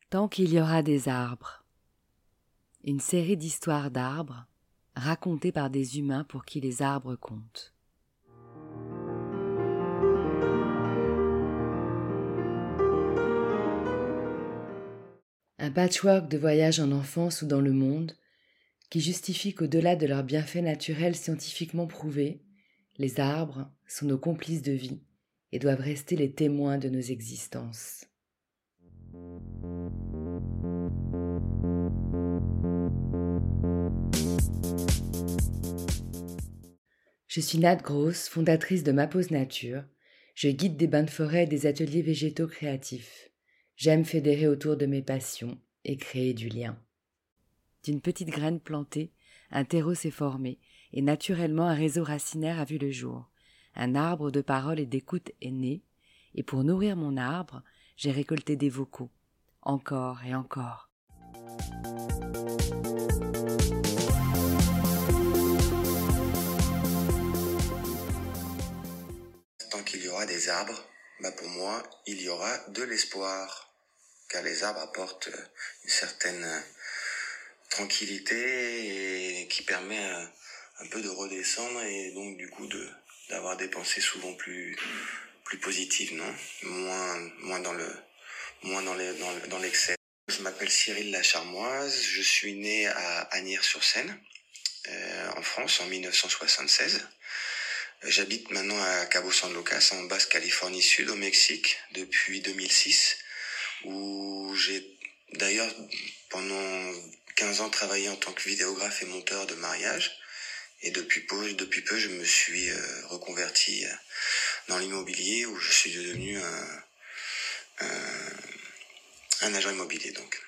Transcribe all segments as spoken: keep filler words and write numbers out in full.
Tant qu'il y aura des arbres. Une série d'histoires d'arbres racontées par des humains pour qui les arbres comptent. Un patchwork de voyages en enfance ou dans le monde qui justifie qu'au-delà de leurs bienfaits naturels scientifiquement prouvés, les arbres sont nos complices de vie et doivent rester les témoins de nos existences. Je suis Nat Gross, fondatrice de Ma Pause Nature. Je guide des bains de forêt et des ateliers végétaux créatifs. J'aime fédérer autour de mes passions et créer du lien. D'une petite graine plantée, un terreau s'est formé et naturellement un réseau racinaire a vu le jour. Un arbre de parole et d'écoute est né et pour nourrir mon arbre, j'ai récolté des vocaux, encore et encore. Tant qu'il y aura des arbres, bah pour moi, il y aura de l'espoir. Car les arbres apportent une certaine tranquillité et qui permet un, un peu de redescendre et donc du coup de d'avoir des pensées souvent plus plus positives, non, moins moins dans le moins dans les dans, dans l'excès. Je m'appelle Cyril Lacharmoise, je suis né à Asnières-sur-Seine, euh, en France, en dix-neuf cent soixante-seize. J'habite maintenant à Cabo San Lucas, en Basse-Californie Sud, au Mexique, depuis deux mille six, où j'ai d'ailleurs pendant quinze ans travaillé en tant que vidéographe et monteur de mariage. Et depuis peu, depuis peu je me suis euh, reconverti dans l'immobilier, où je suis devenu un, un, un agent immobilier. Donc.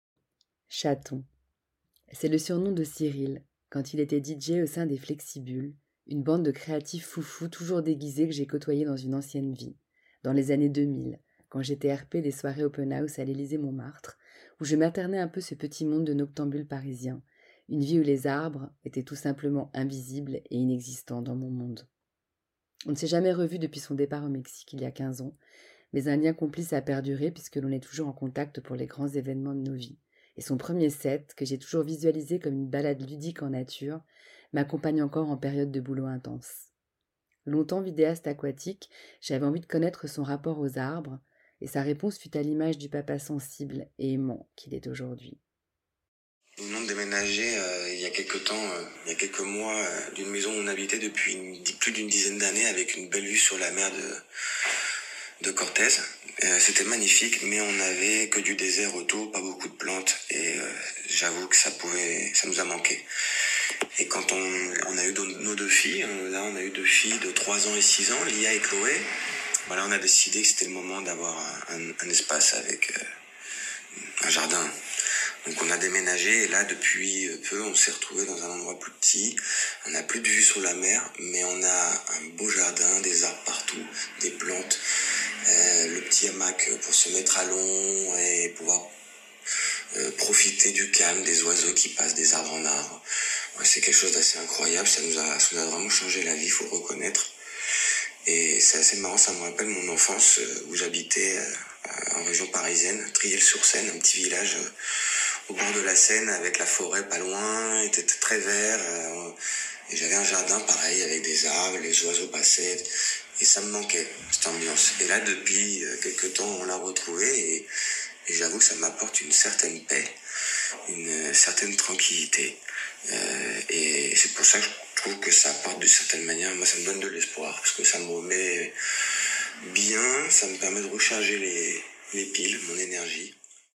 Chaton. C'est le surnom de Cyril, quand il était D J au sein des Flexibules, une bande de créatifs foufous toujours déguisés que j'ai côtoyés dans une ancienne vie, dans les années deux mille, quand j'étais R P des soirées open house à l'Élysée-Montmartre, où je maternais un peu ce petit monde de noctambules parisiens, une vie où les arbres étaient tout simplement invisibles et inexistants dans mon monde. On ne s'est jamais revu depuis son départ au Mexique il y a quinze ans, mais un lien complice a perduré puisque l'on est toujours en contact pour les grands événements de nos vies. Et son premier set, que j'ai toujours visualisé comme une balade ludique en nature, m'accompagne encore en période de boulot intense. Longtemps vidéaste aquatique, j'avais envie de connaître son rapport aux arbres, et sa réponse fut à l'image du papa sensible et aimant qu'il est aujourd'hui. Nous venons de déménager euh, il y a quelques temps, euh, il y a quelques mois, euh, d'une maison où on habitait depuis une, plus d'une dizaine d'années avec une belle vue sur la mer de, de Cortez. Euh, c'était magnifique, mais on n'avait que du désert autour, pas beaucoup de plantes, et euh, j'avoue que ça pouvait, ça nous a manqué. Et quand on, on a eu nos deux filles, là on a eu deux filles de trois ans et six ans, Lia et Chloé, voilà, on a décidé que c'était le moment d'avoir un, un, un espace avec euh, un jardin. Donc on a déménagé et là depuis peu on s'est retrouvé dans un endroit plus petit. On n'a plus de vue sur la mer, mais on a un beau jardin, des arbres partout, des plantes, euh, le petit hamac pour se mettre à l'ombre et pouvoir euh, profiter du calme, des oiseaux qui passent des arbres en arbres. Ouais, c'est quelque chose d'assez incroyable, ça nous a, ça nous a vraiment changé la vie, il faut le reconnaître. Et c'est assez marrant, ça me rappelle mon enfance euh, où j'habitais euh, en région parisienne, Triel-sur-Seine, un petit village euh, au bord de la Seine avec la forêt pas loin, était très vert. Euh, et j'avais un jardin pareil avec des arbres, les oiseaux passaient et ça me manquait, cette ambiance. Et là, depuis euh, quelques temps, on l'a retrouvé et, et j'avoue que ça m'apporte une certaine paix, une certaine tranquillité. Euh, et c'est pour ça que je trouve que ça apporte d'une certaine manière, moi ça me donne de l'espoir, parce que ça me remet bien, ça me permet de recharger les, les piles, mon énergie.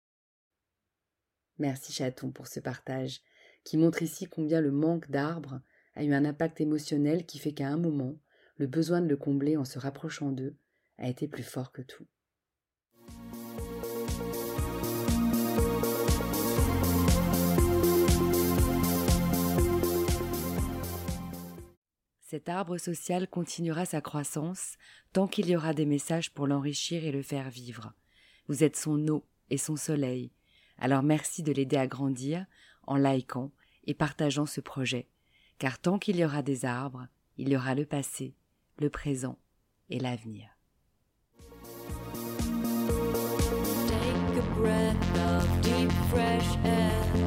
Merci Chaton pour ce partage, qui montre ici combien le manque d'arbres a eu un impact émotionnel qui fait qu'à un moment, le besoin de le combler en se rapprochant d'eux a été plus fort que tout. Cet arbre social continuera sa croissance tant qu'il y aura des messages pour l'enrichir et le faire vivre. Vous êtes son eau et son soleil. Alors merci de l'aider à grandir en likant et partageant ce projet. Car tant qu'il y aura des arbres, il y aura le passé, le présent et l'avenir. Take a breath cheap fresh air.